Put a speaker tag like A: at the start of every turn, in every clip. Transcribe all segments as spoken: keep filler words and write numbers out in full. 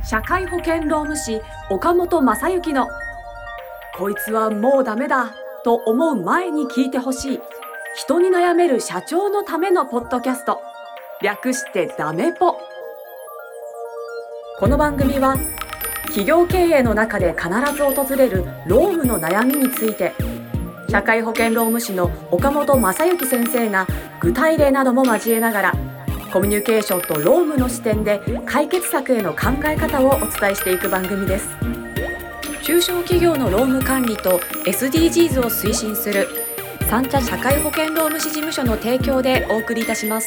A: 社会保険労務士岡本正幸のこいつはもうダメだと思う前に聞いてほしい人に悩める社長のためのポッドキャスト、略してダメポ。この番組は企業経営の中で必ず訪れる労務の悩みについて、社会保険労務士の岡本正幸先生が具体例なども交えながらコミュニケーションと労務の視点で解決策への考え方をお伝えしていく番組です。中小企業の労務管理と エスディージーズ を推進する三茶社会保険労務士事務所の提供でお送りいたします。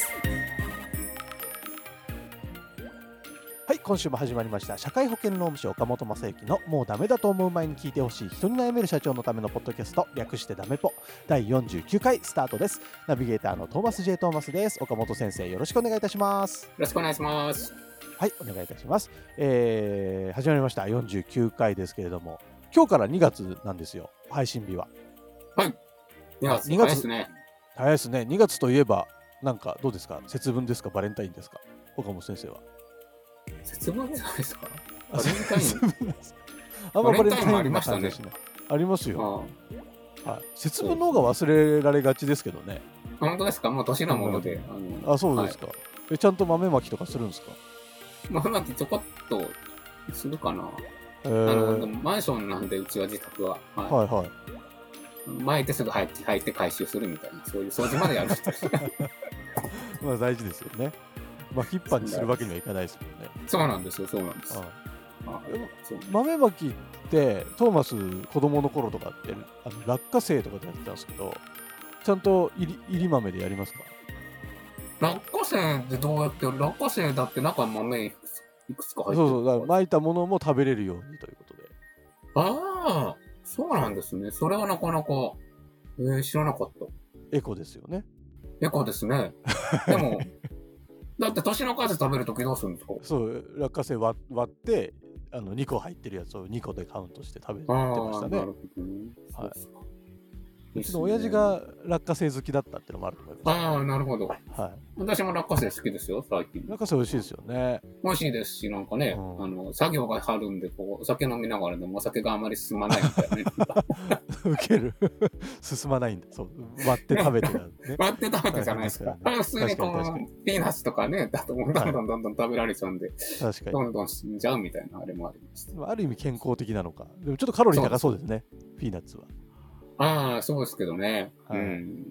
B: はい、今週も始まりました社会保険労務士岡本正幸のもうダメだと思う前に聞いてほしい人に悩める社長のためのポッドキャスト、略してダメポだいよんじゅうきゅうかいスタートです。ナビゲーターのトーマス J トーマスです。岡本先生、よろしくお願いいたします。
C: よろしくお願いします。
B: はい、お願いいたします。えー、始まりましたよんじゅうきゅうかいですけれども、今日からにがつなんですよ、配信日は。
C: はい、にがつ
B: にがつ
C: 早いですね。
B: 早いですね。にがつといえばなんかどうですか、節分ですか、バレンタインですか、岡本先生は。
C: 節分じゃないですか。
B: バ
C: バレンタイン
B: あんまバレンタイン
C: バレンタインもありましたね
B: な感じはしない。ありますよ。
C: あ
B: はい、節分の方が忘れられがちですけどね。
C: あ、本当ですか。もう年なもので、あの
B: あ、そうですか、はい、えちゃんと豆まきとかするんですか。
C: 豆まきちょこっとするかな。
B: えー、
C: あのマンションなんでうちは自宅は、
B: はい、はいはい、
C: 巻いてすぐ入って入って回収するみたいな、そういう掃除までやる
B: まあ大事ですよね。巻きっぱにするわけにはいかないですもんね。
C: そうなんですよ、そうなんです。あ
B: あそう豆まきってトーマス子供の頃とかってあの落花生とかでやってたんですけど、ちゃんといりいり豆でやりますか。
C: 落花生ってどうやって、落花生だって中豆いくつか入ってる。
B: そうそう、だから巻いたものも食べれるようにということで。
C: ああ、そうなんですね。それはなかなか、えー、知らなかった。
B: エコですよね。
C: エコですね。でもだって年の数食べるときどうするんですか。
B: そう、落花生割割ってあのにこ入ってるやつをにこでカウントして食べてましたね。
C: なるほどね。
B: はい。
C: そうか。
B: うちの親父が落花生好きだったっていうのもあると思います、ね。
C: ああ、なるほど。はい。私も落花生好きですよ、最近。
B: 落花生美味しいですよね。
C: 美味しいですし、なんかね、うん、あの作業があるんでこうお酒飲みながらでもお酒があまり進まないみたいなね。
B: ウケる。進まないんだ。そう、割って食べてる、ね。
C: 割って食べてじゃないですか。ね、普通にこうピーナッツとかね、だとどんどんどんどん食べられちゃうんで、確かにどんどん死んじゃうみたいなあれもあります。
B: ある意味健康的なのか。でもちょっとカロリー高そうですね。ピーナッツは。
C: ああ、そうですけどね。
B: はい、
C: うん。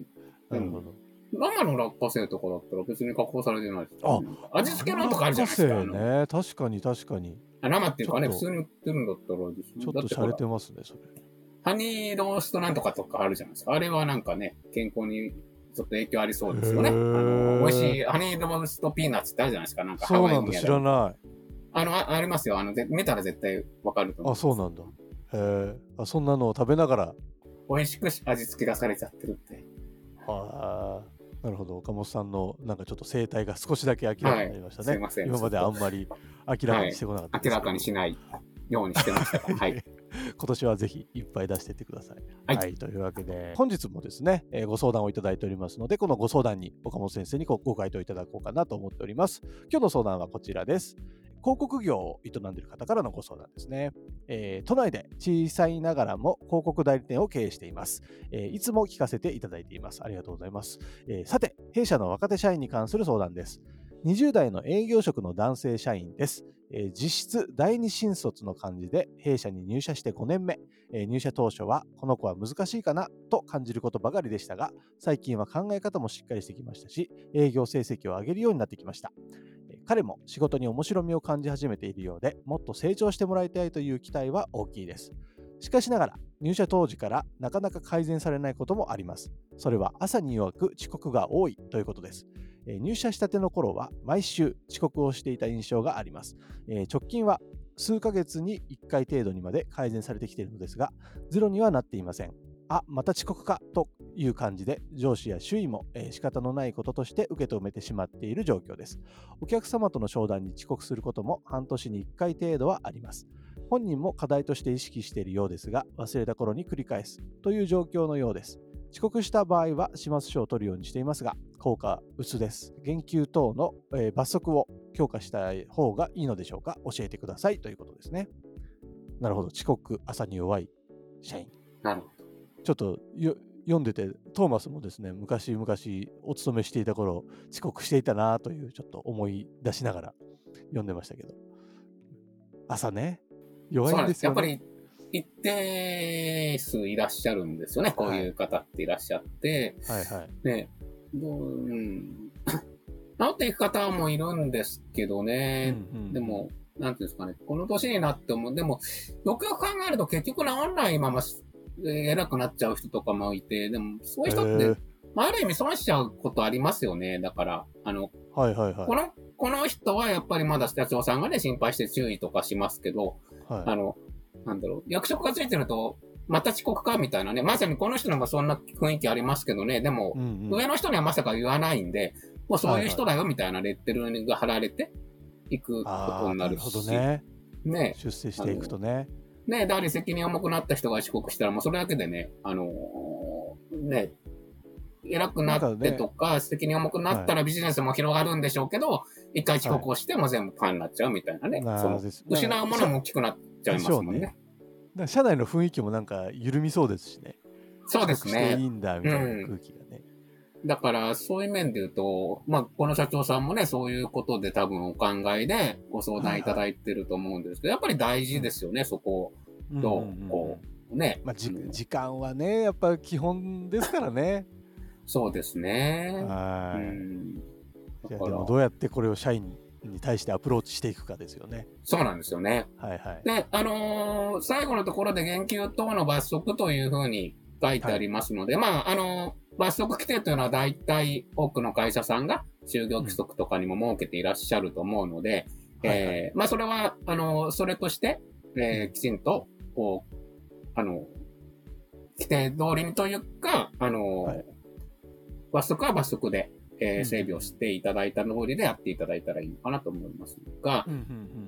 B: なるほど。
C: 生の落花生とかだったら別に加工されてないですか、ね。あ、味付けのとかあるじゃないですか。
B: 落花生ね、確かに確かに。
C: 生っていうかね、普通に売ってるんだったらですね。
B: ちょっと洒落てますね、それ。
C: ハニーローストなんとかとかあるじゃないですか。あれはなんかね、健康にちょっと影響ありそうですよね。あの、美味しいハニーローストピーナッツってあるじゃないですか。なんかハワイにやる。
B: そうなんだ、知らない。
C: あの、あ、ありますよ。あの、見たら絶対わかると思う。
B: あ、そうなんだ。へえ。あ、そんなのを食べながら。
C: 美味しく味付けがされちゃってるって。
B: はあ。なるほど。岡本さんのなんかちょっと生態が少しだけ明らかになりましたね。はい、すいません。今まであんまり明らかにしてこなかったです、
C: はい、明らかにしないようにしてました。はい。
B: 今年はぜひいっぱい出していってください。
C: はい。
B: はい、というわけで本日もですね、えー、ご相談をいただいておりますので、このご相談に岡本先生にご回答いただこうかなと思っております。今日の相談はこちらです。広告業を営んでいる方からのご相談ですね、えー、都内で小さいながらも広告代理店を経営しています、えー、いつも聞かせていただいています。ありがとうございます、えー、さて弊社の若手社員に関する相談です。にじゅう代の営業職の男性社員です、えー、実質第二新卒の感じで弊社に入社してごねんめ、えー、入社当初はこの子は難しいかなと感じることばかりでしたが、最近は考え方もしっかりしてきましたし、営業成績を上げるようになってきました。彼も仕事に面白みを感じ始めているようで、もっと成長してもらいたいという期待は大きいです。しかしながら入社当時からなかなか改善されないこともあります。それは朝に弱く遅刻が多いということです。入社したての頃は毎週遅刻をしていた印象があります。直近は数ヶ月にいっかい程度にまで改善されてきているのですが、ゼロにはなっていません。あ、また遅刻かという感じで上司や周囲も、えー、仕方のないこととして受け止めてしまっている状況です。お客様との商談に遅刻することも半年にいっかい程度はあります。本人も課題として意識しているようですが、忘れた頃に繰り返すという状況のようです。遅刻した場合は始末書を取るようにしていますが、 効果薄です。減給等の、えー罰則を強化した方がいいのでしょうか、教えてくださいということですね。なるほど。遅刻、朝に弱い社員。
C: なるほど。
B: ちょっとよ読んでて、トーマスもですね、昔々お勤めしていた頃、遅刻していたなというちょっと思い出しながら読んでましたけど。朝ね、弱いんですよね。
C: やっぱり一定数いらっしゃるんですよね。こういう方っていらっしゃって。
B: はいはい。
C: ね、どう、うん。治っていく方もいるんですけどね。
B: うんうん、
C: でも、なんていうんですかね。この年になっても、でも、よくよく考えると結局治んないまま、偉くなっちゃう人とかもいて、でも、そういう人って、まあ、ある意味損しちゃうことありますよね。だから、あの、
B: はいはいはい。
C: この、この人はやっぱりまだ社長さんがね、心配して注意とかしますけど、はい、あの、なんだろう、役職がついてると、また遅刻かみたいなね、まさにこの人にもそんな雰囲気ありますけどね、でも、うんうん、上の人にはまさか言わないんで、もうそういう人だよみたいなレッテルが貼られていくことになるし。
B: なるほどね。
C: ね。
B: 出世していくとね。
C: ね、やはり責任重くなった人が遅刻したら、もうそれだけでね、あのー、ね、偉くなってとか、ね、責任重くなったらビジネスも広がるんでしょうけど、はい、一回遅刻をしても全部パンになっちゃうみたいなね。はい、その失うものも大きくなっちゃいますもんね。
B: ねだ社内の雰囲気もなんか緩みそうですしね。
C: そうですね。
B: 遅刻していいんだみたいな空気がね。
C: うん、だからそういう面で言うと、まあこの社長さんもね、そういうことで多分お考えでご相談いただいてると思うんですけど、はいはい、やっぱり大事ですよね、うん、そこをどう、こう、ね。
B: まあ、じ時間はね、やっぱ基本ですからね。
C: そうですね。
B: はい。
C: うん、
B: じゃあでもどうやってこれを社員に対してアプローチしていくかですよね。
C: そうなんですよね。
B: はいはい。
C: で、あのー、最後のところで減給等の罰則というふうに書いてありますので、はい、まあ、あのー、罰則規定というのは大体多くの会社さんが就業規則とかにも設けていらっしゃると思うので、うん、えーはいはい、まあ、それは、あのー、それとして、えー、きちんと、こう、あの、規定通りにというか、あの、はい、罰則は罰則で、えー、整備をしていただいた通りでやっていただいたらいいのかなと思いますが、うんうんうん、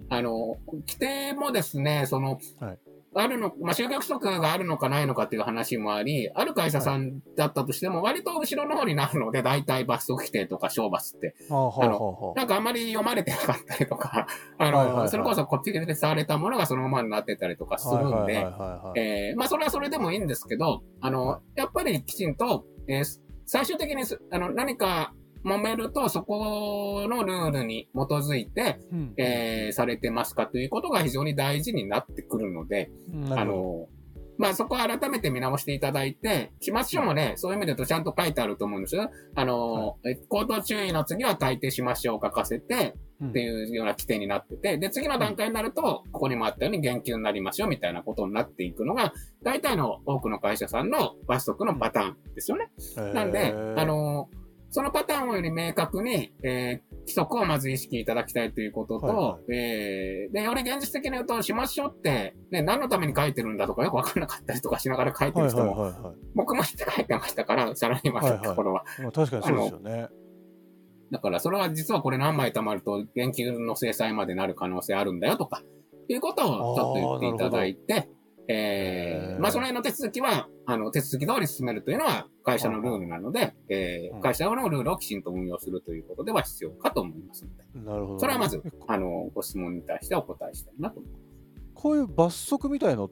C: あの、規定もですね、その、はい、あるの、まあ、就業規則があるのかないのかっていう話もあり、ある会社さんだったとしても、割と後ろの方になるので、大体罰則規定とか懲罰って、はい、あの、なんかあんまり読まれてなかったりとか、あの、はいはいはい、それこそコピペされたものがそのままになってたりとかするんで、えまあ、それはそれでもいいんですけど、あの、はい、やっぱりきちんと、えー、最終的に、あの、何か、揉めると、そこのルールに基づいて、うん、えー、されてますかということが非常に大事になってくるので、あの、まあ、そこは改めて見直していただいて、始末書もね、そういう意味で言うとちゃんと書いてあると思うんですよ。あの、はい、口頭注意の次は大抵始末書を書かせて、っていうような規定になってて、で、次の段階になると、ここにもあったように減給になりますよ、みたいなことになっていくのが、大体の多くの会社さんの罰則のパターンですよね。なんで、あの、そのパターンをより明確に、えー、規則をまず意識いただきたいということと、はいはい、えー、で、より現実的に言うと、始末書って、ね、何のために書いてるんだとかよくわからなかったりとかしながら書いてる人も、はいはいはいはい、僕も知って書いてましたから、サラリーマンのところは。
B: はいはい、確かにそうですよね。
C: だから、それは実はこれ何枚貯まると、減給の制裁までなる可能性あるんだよとか、いうことをちょっと言っていただいて、えー、まあ、その辺の手続きは、あの、手続き通り進めるというのは会社のルールなので、えー、会社のルールをきちんと運用するということでは必要かと思いますので。
B: なるほど。
C: それはまず、あの、ご質問に対してお答えしたいなと思います。
B: こういう罰則みたいのって、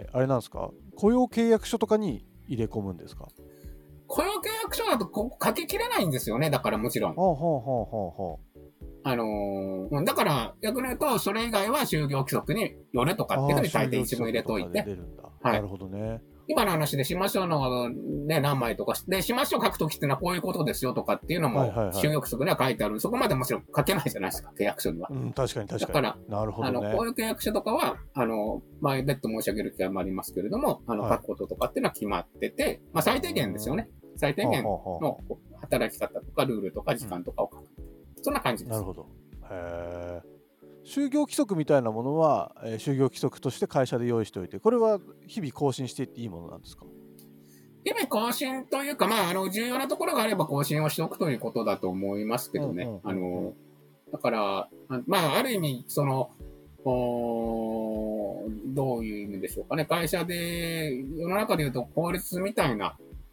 B: あれなんですか？雇用契約書とかに入れ込むんですか？
C: 雇用契約書だとこ書ききれないんですよね。だからもちろん。
B: ほうほうほうほうほう。
C: あのー、だから、逆に言うと、それ以外は就業規則によるとかっていうのに大抵一文入れといて。
B: はい。なるほどね。
C: 今の話で、始末書のね、何枚とかで、始末書書くときっていうのはこういうことですよとかっていうのも、はいはいはい、就業規則には書いてある。そこまでもちろん書けないじゃないですか、契約書には。
B: うん、確かに確かに。
C: だから、
B: なるほどね、
C: あの、こういう契約書とかは、あの、前別途申し上げる機会もありますけれども、あの、はい、書くこととかっていうのは決まってて、まあ最低限ですよね。最低限の働き方とかルールとか時間とかを書く。うん、そんな感じです。
B: なるほど。へ就業規則みたいなものは、えー、就業規則として会社で用意しておいて、これは日々更新していっていいものなんですか？
C: 日々更新というか、まあ、あの、重要なところがあれば更新をしておくということだと思いますけどね。うんうんうんうん、あの、だから、まあ、ある意味、その、どういう意味でしょうかね。会社で、世の中で言うと法律みたいな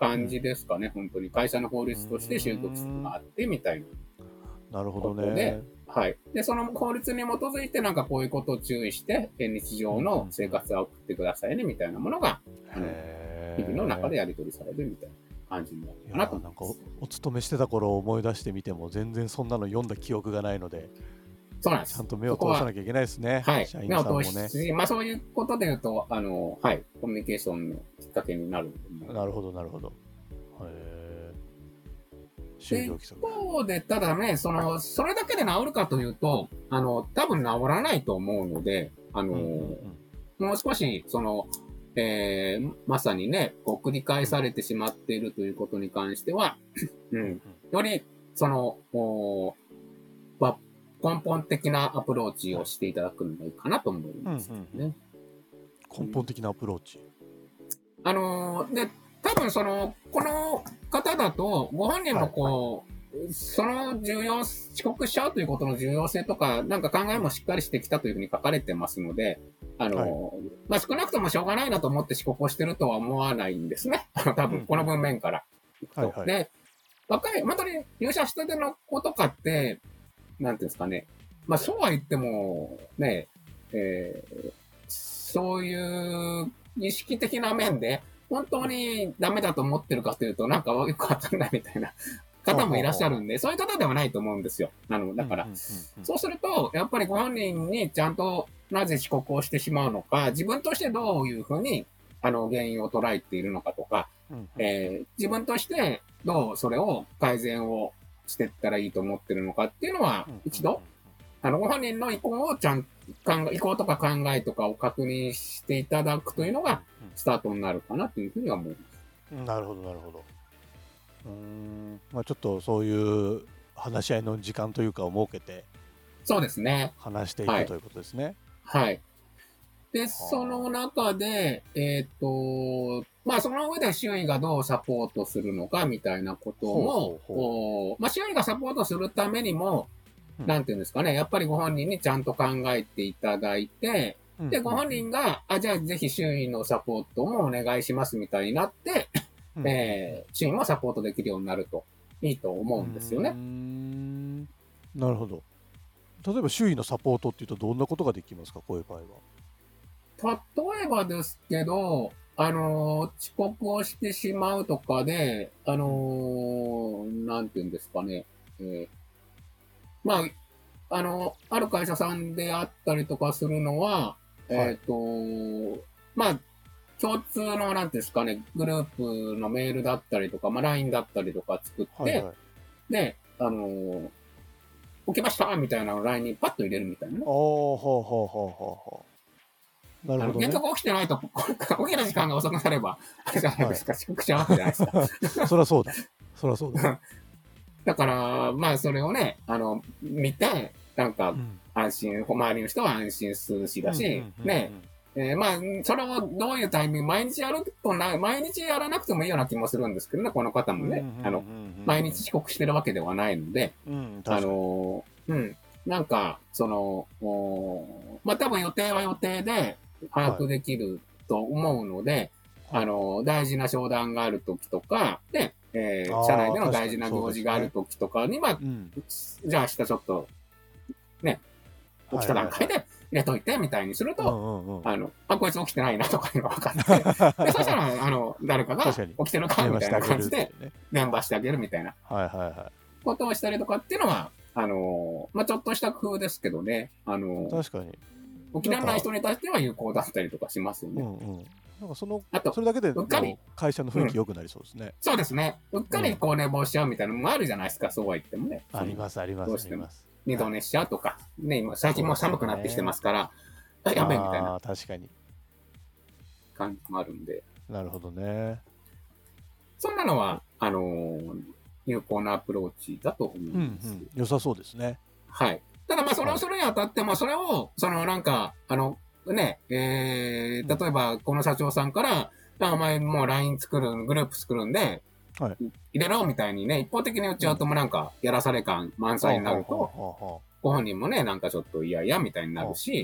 C: 感じですかね、本当に。会社の法律として就業規則があってみたいな。
B: なるほど
C: ことで
B: ね。
C: はい。で、その法律に基づいて、なんかこういうことを注意して、え日常の生活を送ってくださいね、みたいなものが、あの
B: へ
C: 日々の中でやり取りされるみたいな感じになるかなと思い
B: なんか
C: ます。
B: おお勤めしてた頃を思い出してみても全然そんなの読んだ記憶がないので、
C: そうなんです。
B: ちゃんと目を通さなきゃいけないですね。
C: はい。
B: 社員
C: 目を
B: さんもね。
C: 通し、まあそういうことで言うと、あの、はい。コミュニケーションのきっかけになるんで。
B: なるほど、なるほど。へー。就業規則。
C: 一方で、ただね、その、それだけで治るかというと、あの、多分治らないと思うので、あの、
B: うんうんうん
C: もう少し、その、えー、まさにね、こう繰り返されてしまっているということに関しては、う
B: うん
C: ん、より、その、おま根本的なアプローチをしていただくのがいいかなと思うんですよね。
B: うんうんうん根本的なアプローチ。
C: あのー、で、多分その、この方だと、ご本人もこう、その重要、遅刻しちゃうということの重要性とか、なんか考えもしっかりしてきたというふうに書かれてますので、あのー、
B: はい
C: まあ、少なくともしょうがないなと思って遅刻をしてるとは思わないんですね。あの、多分、この文面からいくと。
B: はいはい
C: で、若い、本当に入社したての子とかって、なんていうんですかね。まあ、そうは言っても、ね、えー、そういう意識的な面で、本当にダメだと思ってるかというと、なんかよくわかんないみたいな方もいらっしゃるんで、そういう方ではないと思うんですよ。あの、だから、
B: うんうんうんうん
C: そうすると、やっぱりご本人にちゃんとなぜ遅刻をしてしまうのか、自分としてどういうふうに、あの、原因を捉えているのかとか、
B: うんうん
C: えー自分としてどうそれを改善をしていったらいいと思ってるのかっていうのは、一度、あの、ご本人の意向をちゃん考え、意向とか考えとかを確認していただくというのが、スタートになるかなというふうには思います。
B: うんなるほど、なるほど。うーん、まあちょっとそういう話し合いの時間というかを設けて
C: そうですね。
B: 話してい
C: はい
B: くということですね。
C: はい。で、その中で、えっ、と、まあ、その上で周囲がどうサポートするのかみたいなことも、
B: ほうほう
C: こうまあ、周囲がサポートするためにも、
B: うん
C: なんていうんですかね、やっぱりご本人にちゃんと考えていただいて、で、ご本人が、あ、じゃあぜひ周囲のサポートもお願いしますみたいになって、
B: うん
C: えー周囲もサポートできるようになるといいと思うんですよね。
B: うーんなるほど。例えば周囲のサポートっていうとどんなことができますか、こういう場合は。
C: 例えばですけど、あのー遅刻をしてしまうとかで、あのーなんていうんですかね、えーまあ、あの、ある会社さんであったりとかするのは、えっ、と、まあ、共通の、なんていうんですかね、グループのメールだったりとか、まあ、ライン だったりとか作って、
B: はいはい。
C: で、あのー起きましたみたいなのを ライン にパッと入れるみたいなね。
B: ああ、ほうほうほうほうほう。なる
C: あの、
B: ほどね
C: 結。局起きてないと、起きた時間が遅くなれば、あれじゃないですか、遅刻しちゃうわけじゃないですか。
B: そりゃそうだ。そりゃそうだ。
C: だから、まあ、それをね、あの、見て、なんか
B: う、ん
C: 安心、周りの人は安心するしだし、
B: うんうんうんうん
C: ね、えーまあ、それをどういうタイミング、毎日やるとな、毎日やらなくてもいいような気もするんですけどね、この方もね、あの、毎日遅刻してるわけではないので、
B: うん、
C: あ
B: 確かに。
C: の、うん、なんか、その、おまあ、多分予定は予定で把握できると思うので、あの、大事な商談がある時とか、で、えー
B: あー
C: 社内での大事な行事がある
B: 確
C: 時とかには、
B: うん。
C: じゃあ明日ちょっと、ね、起きた段階で入れといてみたいにすると、
B: うんうんうん。
C: あの、あ、こいつ起きてないなとかいうのが分かって、で、そしたら、あの、誰かが
B: 確かに
C: 起きてるかみたいな感じで、
B: 電話してあげるっていうね。
C: 電話してあげるみたいな
B: はいはいは
C: ことをしたりとかっていうのは、あの、まあ、ちょっとした工夫ですけどね、あ
B: い。
C: の、
B: 確かに。
C: 起きられない人に対しては有効だったりとかしますよね。
B: うんうん。なんかその、
C: あと
B: それだけで
C: うっかり
B: もう会社の雰囲気良くなりそうですね。
C: そうですね。うっかりこう寝坊しちゃうみたいなのもあるじゃないですか、そうは言ってもね。
B: ありますありますあ
C: どうしても
B: ります。
C: 二度寝しちゃうとか、ね、今、最近もう寒くなってきてますから、あやべえみたいな
B: あー確かに。
C: 感じもあるんで、
B: なるほどね。
C: そんなのは、あのー有効なアプローチだと思い
B: うんう
C: ます。
B: ん。良さそうですね。
C: はい。ただまあ、それをするにあたっても、それを、そのなんか、あの、ね、えー、例えば、この社長さんから、あお前もう ライン 作る、グループ作るんで、
B: はい
C: 入れろみたいにね、一方的に言っちゃうともうなんか、やらされ感満載になると、
B: はあはあはあは
C: ご本人もね、なんかちょっと嫌々みたいになるし、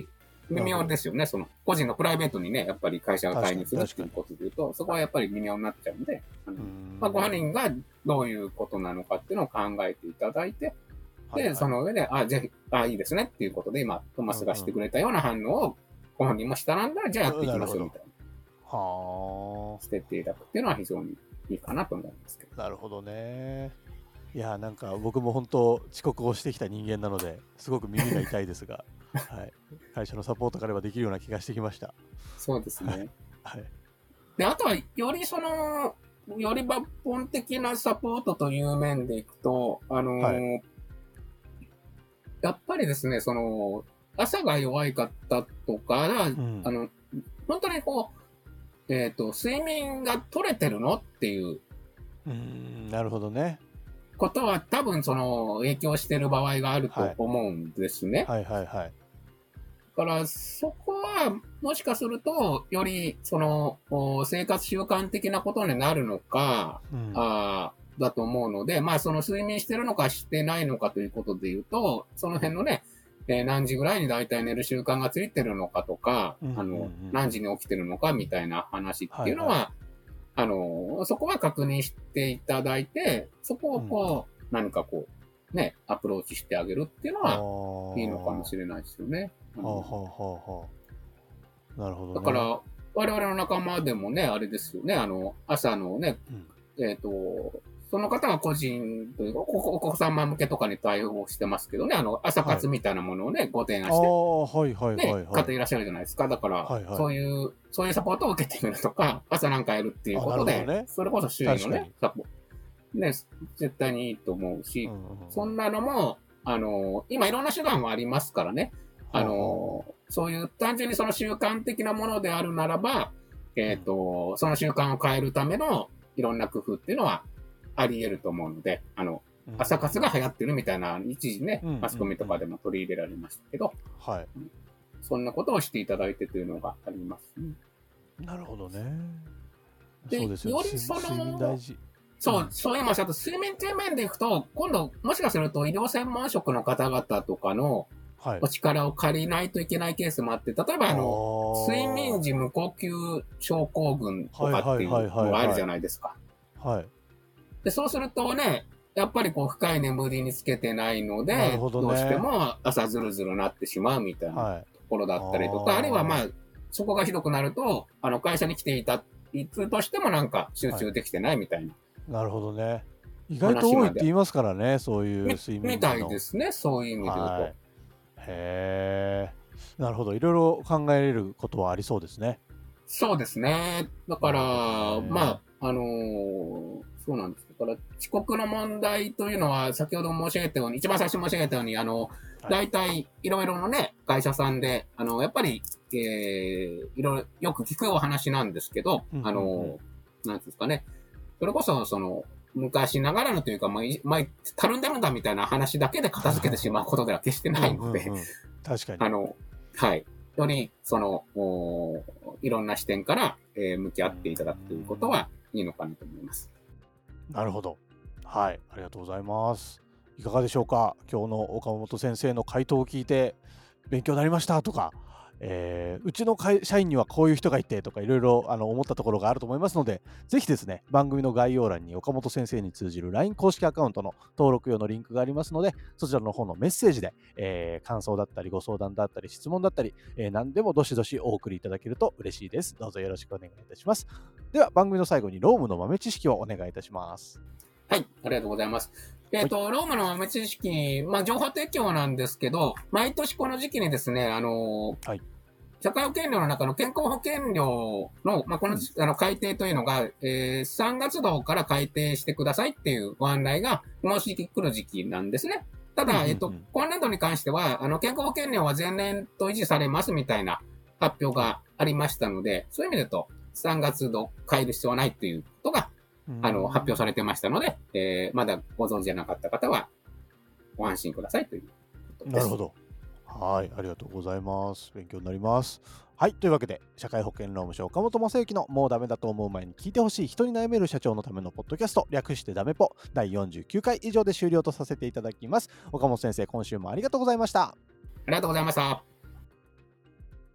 C: 微妙ですよね。その、個人のプライベートにね、やっぱり会社が介入するっていうことで言うと、そこはやっぱり微妙になっちゃうんで、あのまあ、ご本人がどういうことなのかっていうのを考えていただいて、で、はいはい、その上で、あ、ぜひ、あ、いいですねっていうことで、今、トマスがしてくれたような反応を、ご本人もしたなんだら、じゃあやっていきましょうみたいな。はあ。してっていただくっていうのは非常にいいかなと思うんですけど。
B: なるほどね。いや、なんか僕も本当遅刻をしてきた人間なので、すごく耳が痛いですが、はい、会社のサポートがあればできるような気がしてきました。
C: そうですね。
B: はい。
C: で、あとは、よりその、より抜本的なサポートという面でいくと、あのーはい、やっぱりですね、その、朝が弱い方とか、うん、あの、本当にこう、えっと、睡眠が取れてるのっていう。
B: うーん、なるほどね。
C: ことは多分その影響してる場合があると思うんですね。
B: はい、はい、はいはい。
C: だからそこはもしかするとよりその生活習慣的なことになるのか、うん、あだと思うので、まあその睡眠してるのかしてないのかということで言うと、その辺のね、えー、何時ぐらいに大体寝る習慣がついてるのかとか、うんうんうん、あの何時に起きてるのかみたいな話っていうのは、はいはい、あの、そこは確認していただいて、そこをこう、うん、何かこう、ね、アプローチしてあげるっていうのは、いいのかもしれないですよね。
B: はあはあはあはあ、なるほど、ね。
C: だから、我々の仲間でもね、あれですよね、あの、朝のね、うん、えっと、その方は個人というか、お子様向けとかに対応してますけどね、あの、朝活みたいなものをね、はい、ご提案して、
B: はいはいはいはい、
C: ね、方いらっしゃるじゃないですか。だから、はいはい、そういう、そういうサポートを受けてみるとか、朝なんかやるっていうことで、ね、それこそ周囲のね、サポート、ね、絶対にいいと思うし、うんうんうん、そんなのも、あの、今いろんな手段はありますからね、あの、うん、そういう単純にその習慣的なものであるならば、えっと、うん、その習慣を変えるためのいろんな工夫っていうのは、あり得ると思うので、あの、朝活が流行ってるみたいな、一時ね、マスコミとかでも取り入れられましたけど、
B: はい。
C: そんなことをしていただいてというのがありますね。
B: なるほどね。
C: で、
B: そうですよね。
C: よりその、
B: 睡眠大事。
C: そう、そう言いましたと、睡眠という面でいくと、今度、もしかすると医療専門職の方々とかのお力を借りないといけないケースもあって、例えばあの、睡眠時無呼吸症候群とかっていうのがあるじゃないですか。
B: はい。
C: で、そうするとね、やっぱりこう深い眠りにつけてないので、ね、どうしても朝ずるずるなってしまうみたいなところだったりとか、はい、あ, あるいはまあ、そこがひどくなると、あの会社に来ていた、いつとしてもなんか集中できてないみたいな。はい、
B: なるほどね。意外と多いって言いますからね、そういう睡眠の。
C: みたいですね、そういう意味で言うと。はい、
B: へえ、なるほど。いろいろ考えれることはありそうですね。
C: そうですね。だから、まあ、あのー、そうなんです。だから、遅刻の問題というのは、先ほど申し上げたように、一番最初に申し上げたように、あの、大体、いろいろなね、会社さんで、あの、やっぱり、えー、いろいろ、よく聞くお話なんですけど、あの、なんですかね。それこそ、その、昔ながらのというか、まあ、まあ、たるんでるんだみたいな話だけで片付けてしまうことでは決してないので、
B: 確かに。
C: あの、はい。より、その、いろんな視点から、えー、向き合っていただくということはいいのかなと思います。
B: なるほど。はい。ありがとうございます。いかがでしょうか。今日の岡本先生の回答を聞いて、勉強になりましたとか、えー、うちの会社員にはこういう人がいてとかいろいろあの思ったところがあると思いますので、ぜひですね、番組の概要欄に岡本先生に通じる ライン 公式アカウントの登録用のリンクがありますので、そちらの方のメッセージで、えー、感想だったりご相談だったり質問だったり、えー、何でもどしどしお送りいただけると嬉しいです。どうぞよろしくお願いいたします。では番組の最後にロームの豆知識をお願いいたします。
C: はい、ありがとうございます。えっ、ー、と、はい、ロームの豆知識、まあ情報提供なんですけど、毎年この時期にですね、あのー、はい社会保険料の中の健康保険料の、まあ、この、あの、改定というのが、えー、さんがつ度から改定してくださいっていうご案内が、この時期来る時期なんですね。ただ、えっと、今年度に関しては、あの、健康保険料は前年と維持されますみたいな発表がありましたので、そういう意味で言うと、さんがつ度変える必要はないということが、あの、発表されてましたので、えー、まだご存知じゃなかった方は、ご安心くださいということです。
B: なるほど。はい、ありがとうございます。勉強になります。はい、というわけで、社会保険労務士岡本正幸のもうダメだと思う前に聞いてほしい人に悩める社長のためのポッドキャスト、略してダメポだいよんじゅうきゅうかい以上で終了とさせていただきます。岡本先生、今週もありがとうございました。あ
C: りがとうございました。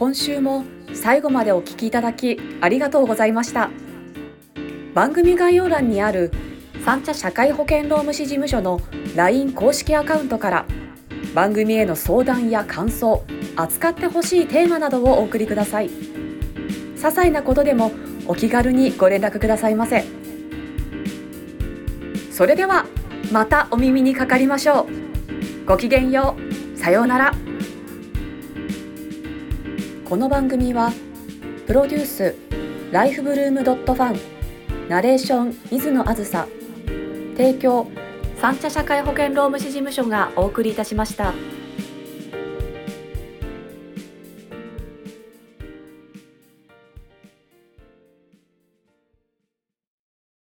A: 今週も最後までお聞きいただきありがとうございました。番組概要欄にある三茶社会保険労務士事務所の ライン 公式アカウントから番組への相談や感想、扱ってほしいテーマなどをお送りください。些細なことでもお気軽にご連絡くださいませ。それではまたお耳にかかりましょう。ごきげんよう。さようなら。この番組はプロデュースライフブルームドットファン、ナレーション水野あずさ、提供三茶社会保険労務士事務所がお送りいたしました。